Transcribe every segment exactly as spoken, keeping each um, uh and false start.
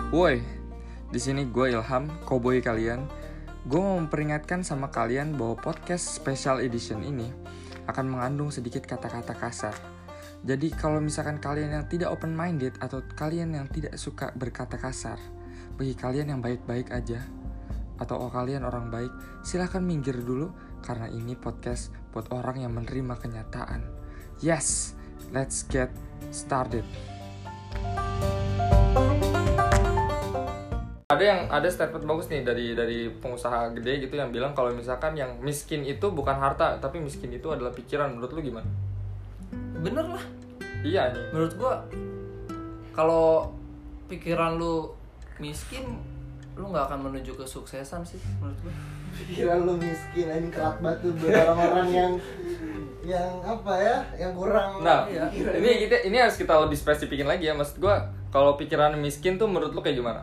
Woi, di sini gue Ilham, cowboy kalian. Gue mau memperingatkan sama kalian bahwa podcast special edition ini akan mengandung sedikit kata-kata kasar. Jadi kalau misalkan kalian yang tidak open minded atau kalian yang tidak suka berkata kasar, bagi kalian yang baik-baik aja atau oh, kalian orang baik, silahkan minggir dulu karena ini podcast buat orang yang menerima kenyataan. Yes, let's get started. Ada yang ada statement bagus nih dari dari pengusaha gede gitu yang bilang kalau misalkan yang miskin itu bukan harta tapi miskin itu adalah pikiran. Menurut lu gimana? Bener lah. Iya nih. Menurut gua kalau pikiran lu miskin, lu nggak akan menuju kesuksesan sih menurut gua. Pikiran lu miskin, ini kelat batu buat orang-orang yang yang apa ya, yang kurang. Nah, iya. ini kita ini harus kita lebih spesifikin lagi ya. Maksud gua kalau pikiran miskin tuh menurut lu kayak gimana?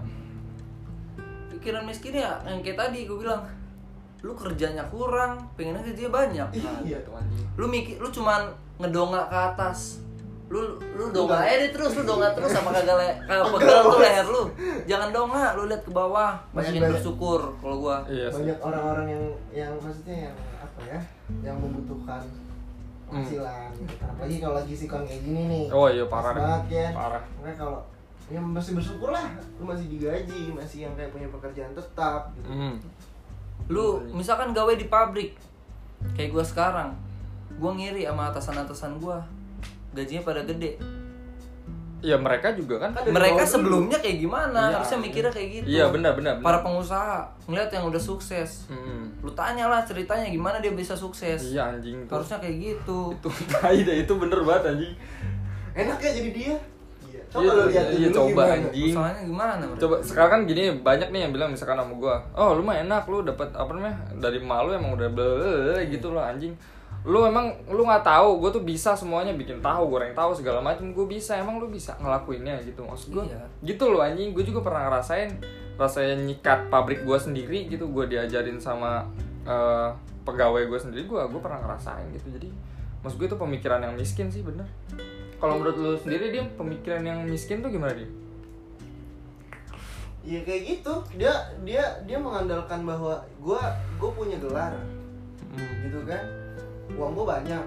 Pikiran miskin ya yang kayak tadi gue bilang, lu kerjanya kurang, pengennya kerja banyak. Iya tuh anjing. Lu mikir, lu cuman ngedongak ke atas. Lu lu dongak aja deh terus, lu dongak terus sama kagak le, kagak pegel tuh leher lu. Jangan dongak, lu lihat ke bawah, masih Banyak- bersyukur kalau gua. Iya sih. Banyak orang-orang yang yang maksudnya yang apa ya, yang membutuhkan penghasilan gitu. Apalagi kalau lagi sikon kayak gini nih. Oh iya parah Pas deh. banget ya. Parah. Makanya kalau ya masih bersyukur lah, lu masih digaji, masih yang kayak punya pekerjaan tetap gitu. Hmm. Lu misalkan gawe di pabrik kayak gua sekarang, gua ngiri sama atasan-atasan gua, gajinya pada gede. Ya mereka juga kan. Dari Mereka bawah sebelumnya kayak gimana? Iya. Harusnya mikirnya kayak gitu. Iya benar benar. benar. Para pengusaha ngeliat yang udah sukses, Hmm. lu tanya lah ceritanya gimana dia bisa sukses. Iya anjing tuh. Harusnya kayak gitu. Itu tai deh, itu bener banget anjing. Enak ya jadi dia. Iya. Coba Iya, lu lihat iya, dulu coba, gimana. anjing. Usahanya gimana mereka? Coba sekarang kan gini, banyak nih yang bilang misalkan sama gua, oh lu mah enak, lu dapat apa namanya dari malu emang udah blablabla gitu loh anjing. Lu emang lu nggak tahu, gua tuh bisa semuanya, bikin tahu, goreng tahu segala macam, gua bisa. Emang lu bisa ngelakuinnya gitu maksud gua. Iya. Gitu loh anjing, gua juga pernah ngerasain rasanya nyikat pabrik gua sendiri gitu, gua diajarin sama eh, pegawai gua sendiri, gua gua pernah ngerasain gitu. Jadi maksud gua itu pemikiran yang miskin sih bener. Kalau menurut lu sendiri dia pemikiran yang miskin tuh gimana dia? Iya kayak gitu. Dia dia dia mengandalkan bahwa gua gua punya gelar. Hmm. Gitu kan. Uang gua banyak.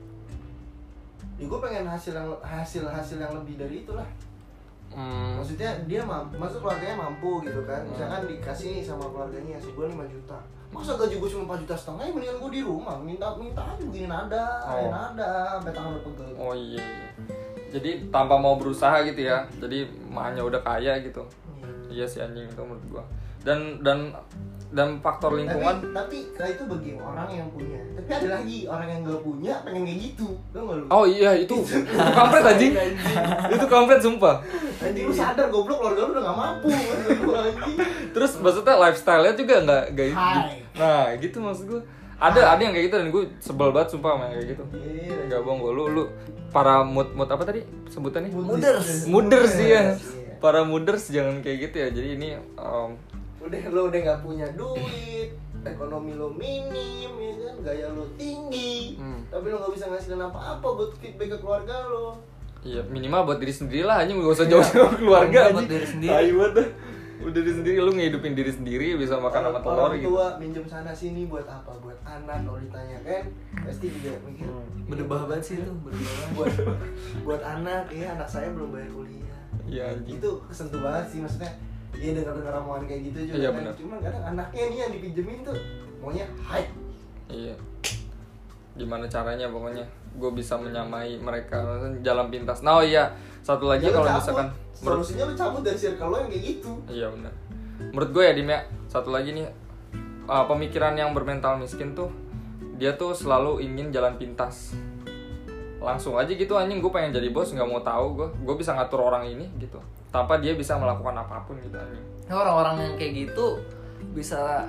Ya gua pengen hasil yang hasil hasil yang lebih dari itulah. Hmm. Maksudnya dia mampu, maksud keluarganya mampu gitu kan. Hmm. Misalkan dikasih nih sama keluarganya sebulan lima juta. Masa gaji gua cuma empat juta setengah, ya mendingan gua di rumah minta minta aja begini nada, Oh. nada, sampai tangan udah pegel. Oh iya, iya. Jadi tanpa mau berusaha gitu ya. Jadi makanya udah kaya gitu. Iya sih anjing itu menurut gua. Dan dan dan faktor lingkungan. Tapi, tapi itu bagi orang yang punya. Tapi ada lagi orang yang gak punya pengen kayak gitu. Tau gak lu? Oh iya itu. Itu kampret anjing. Itu kampret sumpah. Anjing lu sadar goblok, keluarga lu udah gak mampu. Anjing. Terus maksudnya lifestyle-nya juga nggak nggak Hai. Nah, gitu maksud gua. Ada ada yang kayak gitu dan gue sebel banget sumpah sama yang kayak gitu. Iya. Enggak bohong gua, lu lu para mood mood apa tadi sebutannya? Muders. Muders ya. Iya. Para muders jangan kayak gitu ya. Jadi ini um, Udah lu udah gak punya duit, ekonomi lu minim, ya kan, gaya lu tinggi, Hmm. tapi lu gak bisa ngasihin apa-apa buat feedback ke keluarga lu. iya minimal buat diri sendiri lah anjing, gak usah jauh-jauh keluarga Buat anjing. diri sendiri. Tai banget dah. Udah diri sendiri, lu ngehidupin diri sendiri, bisa makan sama telur Orang gitu. tua minjem sana sini buat apa? Buat anak, kalau ditanya kan pasti juga mikir. Hmm. Berdebah banget sih itu, berdebah banget. buat buat anak, iya anak saya belum bayar kuliah. Iya anjing. Itu kesentuh banget sih, maksudnya iya dengar-dengar omongan kayak gitu juga Iya, kan. benar. Cuman kadang anaknya nih yang dipinjemin tuh maunya hype. Iya. Gimana caranya pokoknya gue bisa menyamai mereka jalan pintas. Nah oh iya, satu lagi Ya, lu kalau cabut. misalkan menurut solusinya lu cabut dari circle lo yang kayak gitu. iya benar. Menurut gue ya Dim ya, satu lagi nih uh, pemikiran yang bermental miskin tuh dia tuh selalu ingin jalan pintas. Langsung aja gitu anjing, gue pengen jadi bos, nggak mau tahu gue, gue bisa ngatur orang ini gitu, tanpa dia bisa melakukan apapun gitu anjing. Orang-orang yang kayak gitu bisa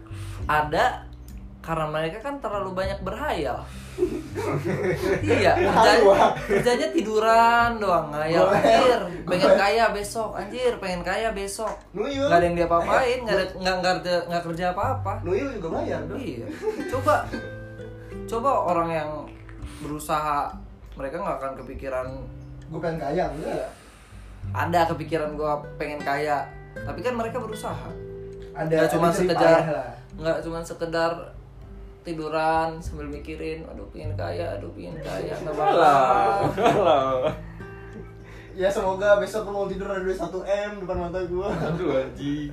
ada karena mereka kan terlalu banyak berhayal. Iya, kerjanya, kerjanya tiduran doang, ngayal anjir, pengen kaya besok, anjir, pengen kaya besok. Nuyul. Nggak ada yang diapa-apain, nggak ada nggak nggak kerja nggak kerja apa-apa. Nuyul juga bayar dong. Iya, coba coba orang yang berusaha, mereka nggak akan kepikiran. Gue pengen kaya enggak? Ada kepikiran gue pengen kaya, Tapi kan mereka berusaha. Ada Nggak cuma ada jerih sekedar payah lah. nggak cuma sekedar tiduran sambil mikirin, aduh pingin kaya, aduh pingin kaya, nggak bakal. Ya semoga besok lu mau tidur ada satu M depan mata gua. Aduh anjing.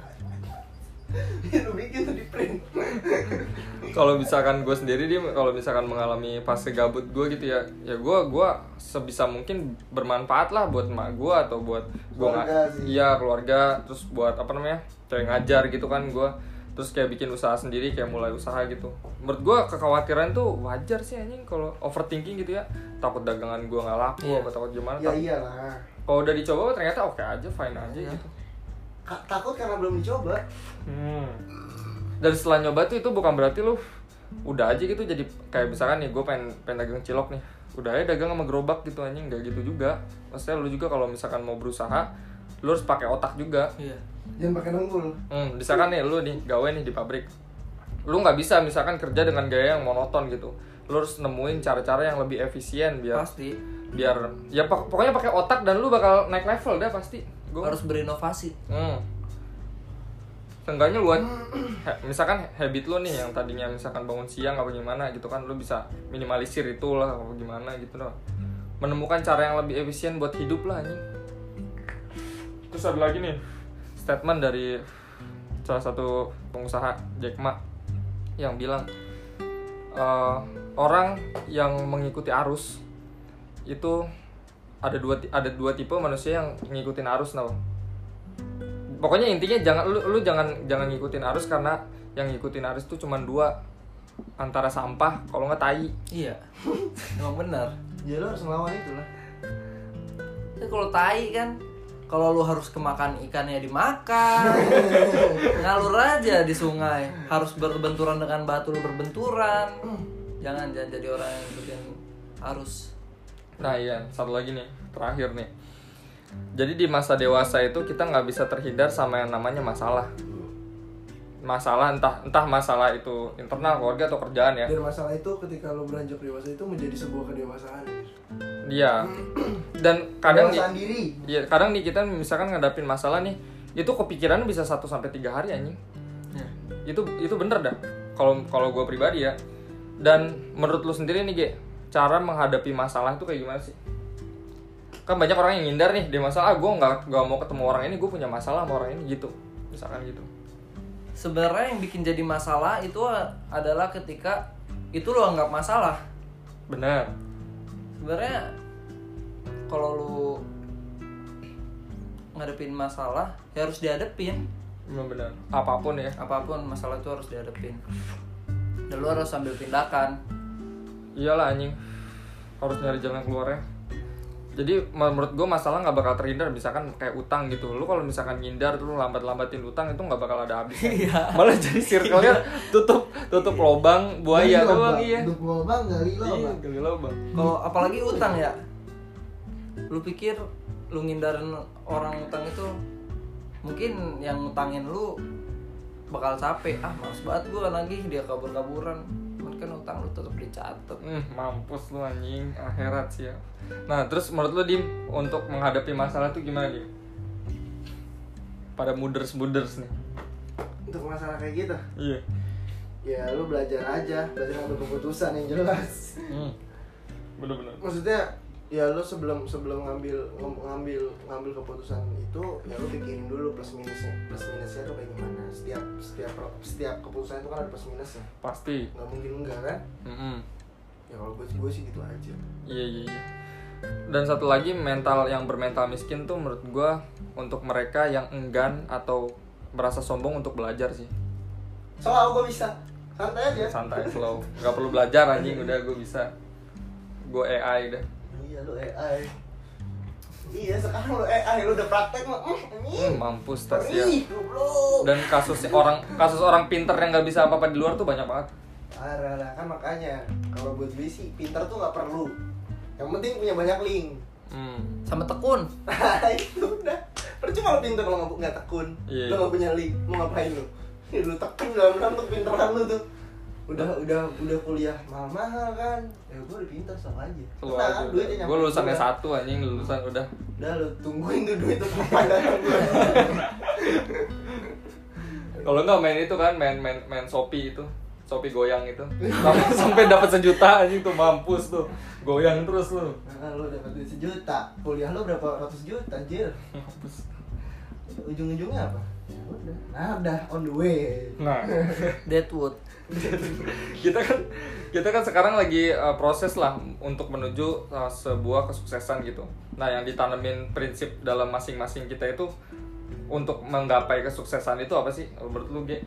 Lu bikin tuh di print. Kalau misalkan gue sendiri dia kalau misalkan mengalami fase gabut gue gitu ya, ya gue gue sebisa mungkin bermanfaat lah buat emak gue atau buat gue Keluarga sih. iya keluarga, terus buat apa namanya kayak ngajar gitu kan gue, terus kayak bikin usaha sendiri kayak mulai usaha gitu. Menurut gue kekhawatiran tuh wajar sih anjing kalau overthinking gitu ya, takut dagangan gue nggak laku Iya. apa takut gimana. Ya Tapi iyalah. kalau udah dicoba ternyata oke aja, fine aja Iya. gitu. Ka- takut karena belum dicoba. Hmm. Dan setelah nyoba tuh itu bukan berarti lu udah aja gitu jadi kayak misalkan nih gue pengen pengen dagang cilok nih, udah aja dagang sama gerobak gitu anjing, nggak gitu juga. Maksudnya lu juga kalau misalkan mau berusaha lu harus pakai otak juga. Iya. Jangan pakai dengkul. Hmm, misalkan nih lu nih gawe nih di pabrik, lu nggak bisa misalkan kerja dengan gaya yang monoton gitu, lu harus nemuin cara-cara yang lebih efisien biar Pasti biar ya pok- pokoknya pakai otak dan lu bakal naik level dah pasti. Gua harus berinovasi. Hmm. Seenggaknya lu ha- misalkan habit lu nih yang tadinya misalkan bangun siang apa gimana gitu kan, lu bisa minimalisir itu lah apa gimana gitu loh. Menemukan cara yang lebih efisien buat hidup lah anjing. Terus ada lagi nih statement dari salah satu pengusaha Jack Ma yang bilang uh, orang yang mengikuti arus itu ada dua ada dua tipe manusia yang ngikutin arus nah. Pokoknya intinya jangan lu, lu jangan jangan ngikutin arus karena yang ngikutin arus tuh cuma dua, antara sampah kalau nggak tai. Iya. Emang benar. Ya lu harus melawan itu lah. Ya kalau tai kan, kalau lu harus kemakan ikannya dimakan, ngalur aja di sungai. Harus berbenturan dengan batu lu berbenturan. Jangan jangan jadi orang yang ikutin arus. Nah iya, satu lagi nih, terakhir nih. Jadi di masa dewasa itu kita nggak bisa terhindar sama yang namanya masalah. Masalah entah entah masalah itu internal keluarga atau kerjaan ya. Dan masalah itu ketika lu beranjak dewasa itu menjadi sebuah kedewasaan. Dia dan kadang di, Kedewasaan diri. ya, kadang nih kita misalkan ngadapin masalah nih, itu kepikiran bisa satu sampai tiga hari anjing. Ya. Itu itu bener dah. Kalau kalau gue pribadi ya. Dan menurut lu sendiri nih, Ge, cara menghadapi masalah itu kayak gimana sih? Kan banyak orang yang ngindar nih di masalah, ah, gue nggak nggak mau ketemu orang ini, gue punya masalah sama orang ini gitu, misalkan gitu. Sebenarnya yang bikin jadi masalah itu adalah ketika itu lo anggap masalah. Bener. Sebenarnya kalau lu ngadepin masalah ya harus dihadepin. Bener bener. Apapun ya. Apapun masalah itu harus dihadepin. Dan lu harus sambil tindakan. Iyalah anjing, harus nyari jalan keluarnya. Jadi menurut gue masalah nggak bakal terhindar, misalkan kayak utang gitu. Lu kalau misalkan ngindar tuh lu lambat-lambatin utang itu nggak bakal ada habisnya. Iya. Malah jadi circle-nya tutup tutup lubang buaya Gali doang lubang. iya. Tutup lubang, gali Iya, lubang. gali lubang. Kalau apalagi utang ya. Lu pikir lu ngindarin orang utang itu mungkin yang ngutangin lu bakal capek. Ah, males banget gua lagi dia kabur-kaburan. Kan utang lu tetap dicatat. Hmm, mampus lu anjing, akhirat sih ya. Nah, terus menurut lu Dim, untuk menghadapi masalah tuh gimana Dim? Pada muders-muders nih. Untuk masalah kayak gitu, Iya. ya lu belajar aja, belajar ngambil keputusan yang jelas. Hmm. Bener-bener. Maksudnya ya lu sebelum sebelum ngambil ngam- ngambil ngambil keputusan itu ya lu pikirin dulu plus minusnya plus minusnya tuh kayak gimana. Setiap setiap setiap keputusan itu kan ada plus minusnya, Pasti. nggak mungkin enggak kan. Mm-mm. Ya kalau gue gue sih gitu aja. Iya, iya, iya. Dan satu lagi, mental yang bermental miskin tuh menurut gua untuk mereka yang enggan atau merasa sombong untuk belajar sih. Soal gue bisa santai aja. Santai, slow. Gak perlu belajar anjing, udah gue bisa. Gue A I dah. Iya lu A I. Iya sekarang lu A I lu udah praktek mah. Hmm, mampus tas ya. Ih, goblok. Dan kasus orang kasus orang pinter yang nggak bisa apa-apa di luar tuh banyak banget. Parah lah, kan makanya kalau buat gue sih pintar tuh nggak perlu. Yang penting punya banyak link. Hmm. Sama tekun. Itu udah. Percuma lo pintar kalau nggak nggak tekun. Iya. Lo nggak punya link, mau ngapain lo? Ya, lo tekun dalam dalam tuh pinteran lo tuh. Udah udah udah kuliah mahal-mahal kan. Ya gue udah pintar sama aja. Keluar Tenang, aja. duitnya nyampe Gue lulusan juga. S satu anjing, lulusan udah. Udah lo tungguin tuh duit tuh kapan datang gue. Kalau nggak main itu kan, main main main Shopee itu, Shopee goyang itu, sampai dapat sejuta anjing tuh, mampus tuh, goyang terus lu. Nah, lu dapat duit sejuta, kuliah lu berapa ratus juta anjir. Mampus. Ujung-ujungnya apa? Ya udah. Nah, udah on the way. Nah, Deadwood. kita kan kita kan sekarang lagi uh, proses lah untuk menuju uh, sebuah kesuksesan gitu. Nah, yang ditanemin prinsip dalam masing-masing kita itu untuk menggapai kesuksesan itu apa sih menurut lu, Ge?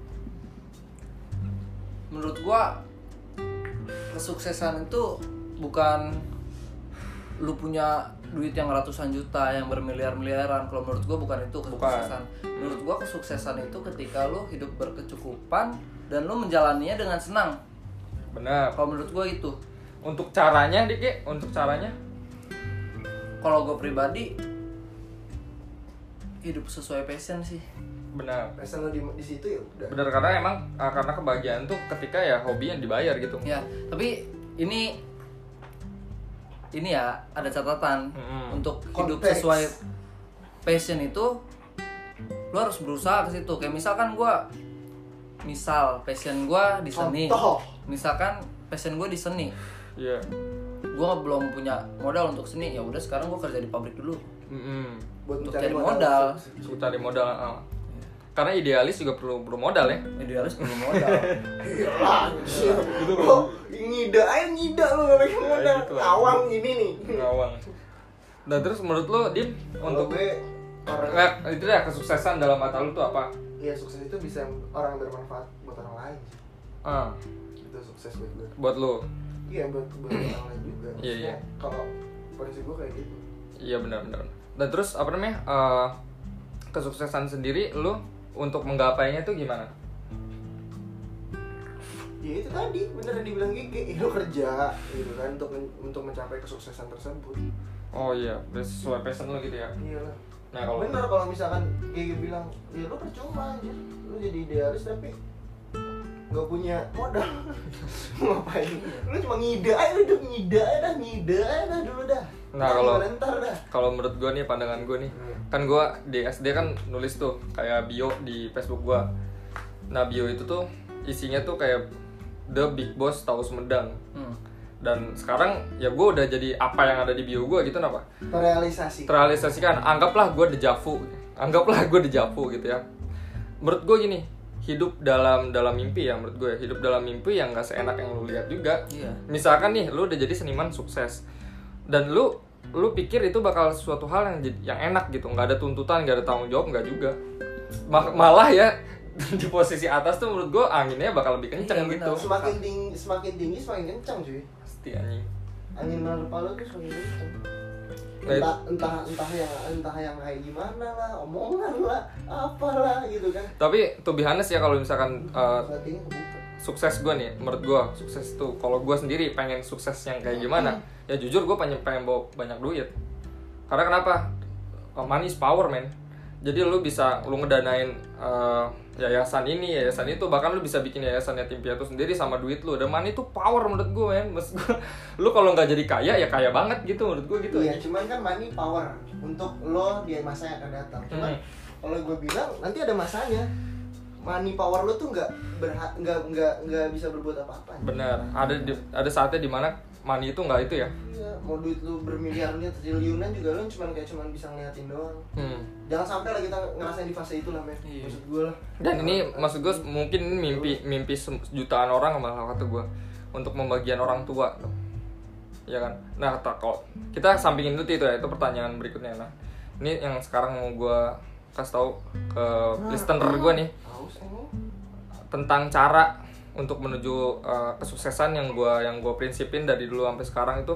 Menurut gua kesuksesan itu bukan lu punya duit yang ratusan juta, yang bermiliar-miliaran. Kalau menurut gua bukan itu kesuksesan. Bukan. Menurut gua kesuksesan itu ketika lu hidup berkecukupan dan lu menjalaninya dengan senang. Benar. Kalau menurut gua itu. Untuk caranya, Dik, Ge? Untuk caranya? Kalau gua pribadi hidup sesuai passion sih. Benar. Passion lu di, di situ ya udah. Benar, karena emang uh, karena kebahagiaan tuh ketika ya hobi yang dibayar gitu. Ya, tapi ini ini ya ada catatan. Mm-hmm. Untuk hidup Konteks. sesuai passion itu lu harus berusaha ke situ. Kayak misalkan gua misal passion gua di seni. Contoh. Misalkan passion gua di seni. Iya. Yeah. Gua belum punya modal untuk seni, ya udah sekarang gua kerja di pabrik dulu. Mm-hmm. Buat Untuk mencari cari modal. Untuk cari modal. Uh. Karena idealis juga perlu perlu modal ya. Idealis perlu modal. Iyalah, anjir. Gitu Lu loh. ngida aja ngida lu gak pakai modal. gitu lah. Awang ini nih. Ngawang. Nah, terus menurut lu, Dim, Untuk untuk gue orang nggak, itu ya kesuksesan dalam mata lu tuh apa? ya sukses itu bisa orang yang bermanfaat buat orang lain sih. Ah, Itu sukses buat gue. buat lu. Iya buat buat orang lain juga. Iya, iya. Maksudnya kalau prinsip gue kayak gitu. Iya, benar benar. Dan terus apa namanya? eh, kesuksesan sendiri lu untuk menggapainya tuh gimana? Ya itu tadi bener yang dibilang Gigi, ya, lo kerja gitu kan untuk men- untuk mencapai kesuksesan tersebut. Oh iya, udah sesuai passion lu gitu ya. Iya lah. Nah, kalau Bener kalau misalkan Gigi bilang, ya lo percuma anjir, lo jadi idealis tapi nggak punya modal. Ngapain? Lo cuma ngida aja, lo udah ngida aja dah, ngida aja dah dulu dah. Nah, kalau ntar dah. kalau menurut gua nih, pandangan gua nih, kan gua di S D kan nulis tuh kayak bio di Facebook gua. Nah, bio itu tuh isinya tuh kayak The Big Boss tahu Sumedang. Hmm. Dan sekarang ya gue udah jadi apa yang ada di bio gue gitu, kenapa? Terrealisasi. Terrealisasikan, anggaplah gue dejavu, anggaplah gue dejavu gitu ya. Menurut gue gini, hidup dalam dalam mimpi ya, menurut gue hidup dalam mimpi yang nggak seenak yang lu lihat juga. Iya. Misalkan nih, lu udah jadi seniman sukses, dan lu lu pikir itu bakal suatu hal yang jadi- yang enak gitu, nggak ada tuntutan, nggak ada tanggung jawab, nggak juga. Ma- malah ya di posisi atas tuh menurut gue anginnya bakal lebih kenceng Iya, gitu. benar. Semakin tinggi, semakin tinggi semakin kencang cuy. Pasti anjing. Angin menerpa lo tuh semakin kencang. Nah, Entah, entah entah yang entah yang kayak gimana lah, omongan lah, apalah gitu kan. Tapi to be honest ya, kalau misalkan uh, Hatinya kebuka. sukses gue nih, menurut gue sukses tuh kalau gue sendiri pengen sukses yang kayak gimana, ya jujur gue pengen pengen bawa banyak duit. Karena kenapa? Uh, money is power, man. Jadi lu bisa lu ngedanain uh, yayasan ini, yayasan itu, bahkan lu bisa bikin yayasan yatim piatu sendiri sama duit lu. Dan money itu power menurut gue, man. Maksud gue, lu kalau nggak jadi kaya ya kaya banget gitu menurut gue gitu. Iya, cuman kan money power untuk lo di masa yang akan datang. Cuman Hmm. kalau gue bilang nanti ada masanya. Money power lo tuh nggak berhak nggak nggak nggak bisa berbuat apa-apa. Benar. Ada di, ada saatnya dimana money itu nggak itu ya. Iya, mau duit lu bermiliar-miliar triliunan juga lo cuman kayak cuman bisa ngeliatin doang. Hmm. Jangan sampai lah kita ngerasain di fase itu lah, men. Iya. Maksud gue lah. Dan ini maksud gue mungkin ini mimpi mimpi sem- jutaan orang malah kata gue untuk pembagian orang tua, ya kan. Nah, tak kok kita sampingin dulu itu ya, itu pertanyaan berikutnya. Nah, ini yang sekarang mau gue kasih tahu ke listener gue nih Haus emang. tentang cara untuk menuju uh, kesuksesan yang gue yang gue prinsipin dari dulu sampai sekarang itu,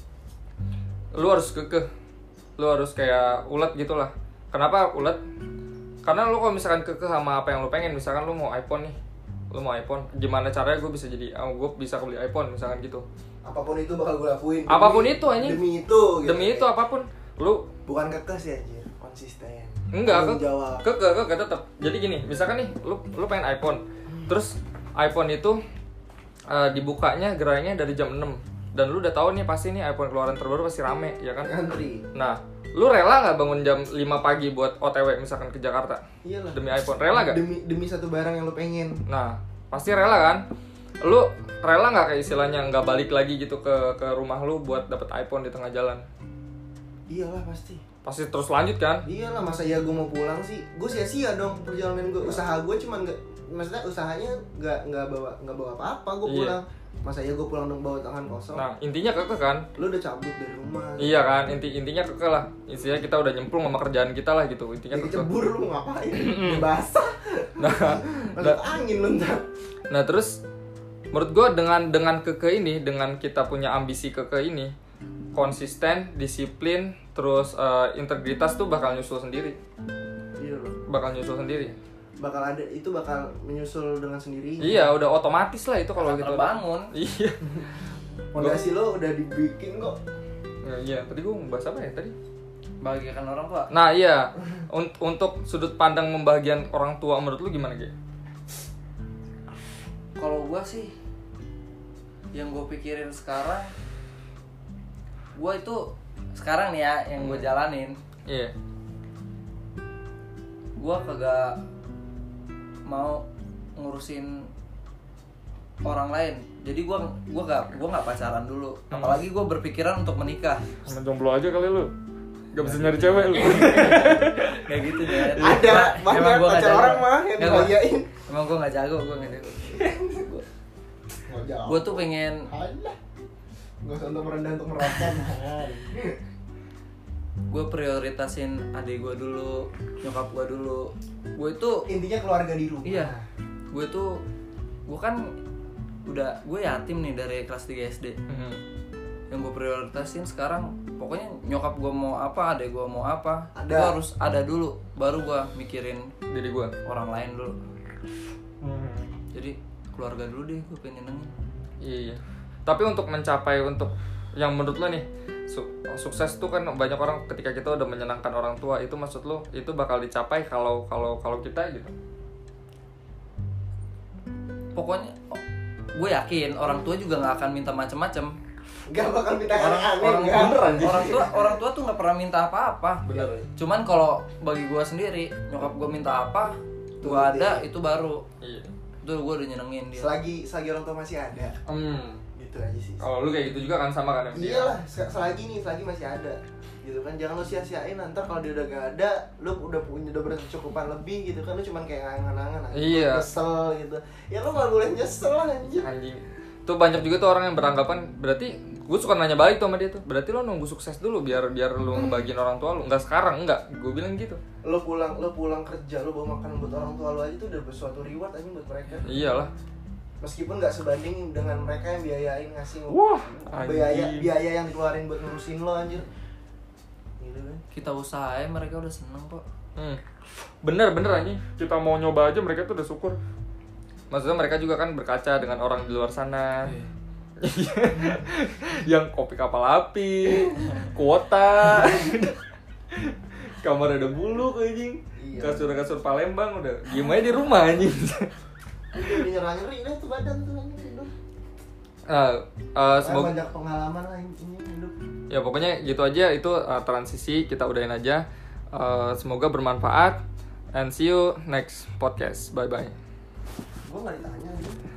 lu harus kekeh, lu harus kayak ulet gitulah. Kenapa ulet? Karena lu kalau misalkan kekeh sama apa yang lu pengen, misalkan lu mau iPhone nih, lu mau iPhone, gimana caranya gue bisa jadi, oh, gue bisa beli iPhone misalkan gitu. Apapun itu bakal gue lakuin. Apapun Demi- itu, anjing. Demi itu. gitu. Demi itu apapun, lu Bukan kekeh sih anjir, konsisten. enggak Tanggung ke jawab. kekeh kekeh tetap. Jadi gini, misalkan nih, lu lu pengen iPhone, terus iPhone itu uh, dibukanya gerainya dari jam enam dan lu udah tahu nih pasti nih iPhone keluaran terbaru pasti rame, ya kan? Antri. Nah, lu rela nggak bangun jam lima pagi buat O T W misalkan ke Jakarta? Iyalah. Demi iPhone, rela nggak? Demi demi satu barang yang lu pengen. Nah, pasti rela kan? Lu rela nggak kayak istilahnya nggak balik lagi gitu ke ke rumah lu buat dapet iPhone di tengah jalan? Iyalah pasti. Pasti terus lanjut kan? Iyalah, masa ya gue mau pulang sih? Gue sia-sia dong perjalanan gue. Usaha gue cuman nggak, maksudnya usahanya nggak nggak bawa nggak bawa apa-apa. Gue Iya. pulang. Masa ya gue pulang dong bawa tangan kosong? Nah, intinya kekeh kan? Lu udah cabut dari rumah. Iya kan, inti intinya kekeh lah. Intinya kita udah nyemplung sama kerjaan kita lah gitu. Intinya Jadi kekeh. cebur lu ngapain? Udah basah. Nah, Masuk angin lu ntar. nah terus menurut gue dengan dengan kekeh ini, dengan kita punya ambisi kekeh ini, konsisten, disiplin, terus eh, integritas tuh bakal nyusul sendiri. Iya loh. Bakal nyusul sendiri. Bakal ada, itu bakal menyusul dengan sendirinya. Iya, udah otomatis lah itu kalau gitu. Terbangun. Iya. Fondasi lo udah dibikin kok. Nah, iya, tadi gue ngebahas apa ya tadi? Bahagiakan orang tua. Nah, iya. Un- untuk sudut pandang membahagiakan orang tua menurut lu gimana, Ge? Kalau gua sih yang gue pikirin sekarang, gua itu sekarang nih ya yang gue jalanin, Iya. gua kagak mau ngurusin orang lain. Jadi gua gua gak gua nggak pacaran dulu. Apalagi gua berpikiran untuk menikah. Sama jomblo aja kali lu. Gak bisa nyari cewek lu. Kayak gitu ya. Ada banyak pacar orang mah yang dibahagiain. Emang gua nggak jago, gua nggak jago. Mau jawab. Gua tuh pengen Alah. Gak usah untuk merendah untuk merapkan. gue prioritasin adik gue dulu, nyokap gue dulu. Gue itu Intinya keluarga di rumah. iya, gue tuh gue kan udah gue yatim nih dari kelas tiga S D. Mhm. Yang gue prioritasin sekarang pokoknya nyokap gue mau apa, adik gue mau apa, Ada. itu harus ada dulu, baru gue mikirin Diri gua. orang lain dulu. Jadi keluarga dulu deh gue pengen nyenengin. Iya, iya. Tapi untuk mencapai untuk yang menurut lo nih su- sukses tuh kan banyak orang ketika kita udah menyenangkan orang tua, itu maksud lo itu bakal dicapai kalau kalau kalau kita gitu. Pokoknya oh, gue yakin orang tua juga nggak akan minta macem-macem. Gak bakal minta yang orang aneh. orang nggak. tua, orang tua orang tua tuh nggak pernah minta apa-apa. Bener. Cuman kalau bagi gue sendiri, nyokap gue minta apa, gue ada, itu baru. Iya. Itu gue udah nyenengin dia. Selagi selagi orang tua masih ada. Hmm. Gitu aja sih. Kalau lu kayak gitu juga kan sama kan? sama dia? Iyalah, se- selagi nih, selagi masih ada. Gitu kan, jangan lo sia-siain, ntar kalau dia udah gak ada, lo udah punya udah berkecukupan lebih gitu kan, lo cuman kayak ngangan-ngangan aja. Iya. Nyesel gitu. Ya lo gak boleh nyesel anjir. Anjing. Tuh banyak juga tuh orang yang beranggapan berarti gue suka nanya balik tuh sama dia tuh. Berarti lo nunggu sukses dulu biar biar lu ngebagiin orang tua lu. Enggak sekarang, enggak. Gue bilang gitu. Lo pulang, lo pulang kerja, lo bawa makan buat orang tua lo aja itu udah suatu reward aja buat mereka. Iyalah. Meskipun nggak sebanding dengan mereka yang biayain ngasih Wah, biaya anjing. biaya yang dikeluarin buat ngurusin lo anjir. Gitu kan. Kita usahain, mereka udah seneng kok. Hmm. Bener bener anjing. Kita mau nyoba aja mereka tuh udah syukur. Maksudnya mereka juga kan berkaca dengan orang di luar sana. Yang kopi kapal api, kuota, kamar ada bulu anjing. Iya. Kasur-kasur Palembang udah. Gimana di rumah anjing. Udah nyerah-nyeri deh tuh badan tuh anjir hidup. Uh, uh, semoga Banyak pengalaman lah ini hidup. ya pokoknya gitu aja itu uh, transisi kita udahin aja. Uh, semoga bermanfaat and see you next podcast. Bye bye. Gue nggak ditanya gitu.